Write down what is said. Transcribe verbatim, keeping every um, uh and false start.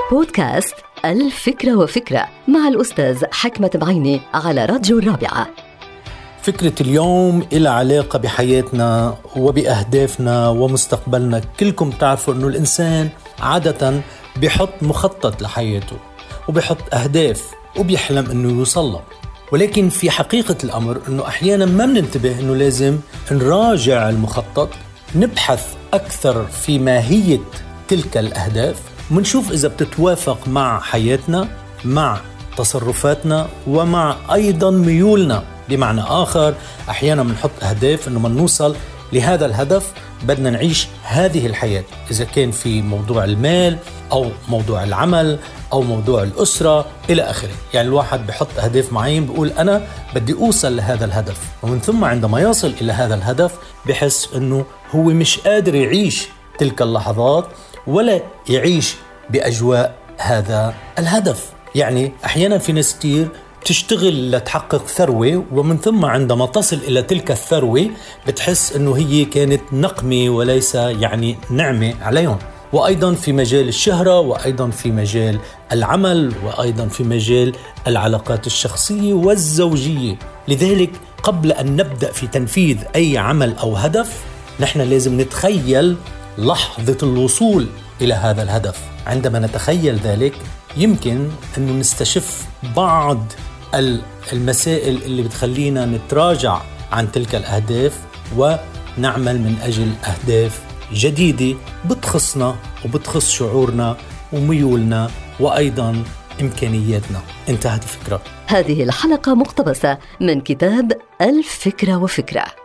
بودكاست الفكرة وفكرة مع الأستاذ حكمة بعيني على راديو الرابعة. فكرة اليوم إلى علاقة بحياتنا وبأهدافنا ومستقبلنا. كلكم تعرفوا أنه الإنسان عادة بيحط مخطط لحياته وبيحط أهداف وبيحلم أنه يوصل، ولكن في حقيقة الأمر أنه أحيانا ما بننتبه أنه لازم نراجع المخطط، نبحث أكثر في ماهية تلك الأهداف ونشوف إذا بتتوافق مع حياتنا، مع تصرفاتنا، ومع أيضا ميولنا. بمعنى آخر، أحيانا بنحط أهداف أنه من نوصل لهذا الهدف بدنا نعيش هذه الحياة، إذا كان في موضوع المال أو موضوع العمل أو موضوع الأسرة إلى آخره. يعني الواحد بحط أهداف معين، بيقول أنا بدي أوصل لهذا الهدف، ومن ثم عندما يصل إلى هذا الهدف بحس أنه هو مش قادر يعيش تلك اللحظات ولا يعيش بأجواء هذا الهدف. يعني أحيانا في ناس كتير تشتغل لتحقق ثروة، ومن ثم عندما تصل إلى تلك الثروة بتحس أنه هي كانت نقمة وليس يعني نعمة عليهم. وأيضا في مجال الشهرة، وأيضا في مجال العمل، وأيضا في مجال العلاقات الشخصية والزوجية. لذلك قبل أن نبدأ في تنفيذ أي عمل أو هدف، نحن لازم نتخيل لحظة الوصول إلى هذا الهدف. عندما نتخيل ذلك يمكن أنه نستشف بعض المسائل اللي بتخلينا نتراجع عن تلك الأهداف ونعمل من أجل أهداف جديدة بتخصنا وبتخص شعورنا وميولنا وأيضا إمكانياتنا. انتهت الفكرة. هذه الحلقة مقتبسة من كتاب الفكرة وفكرة.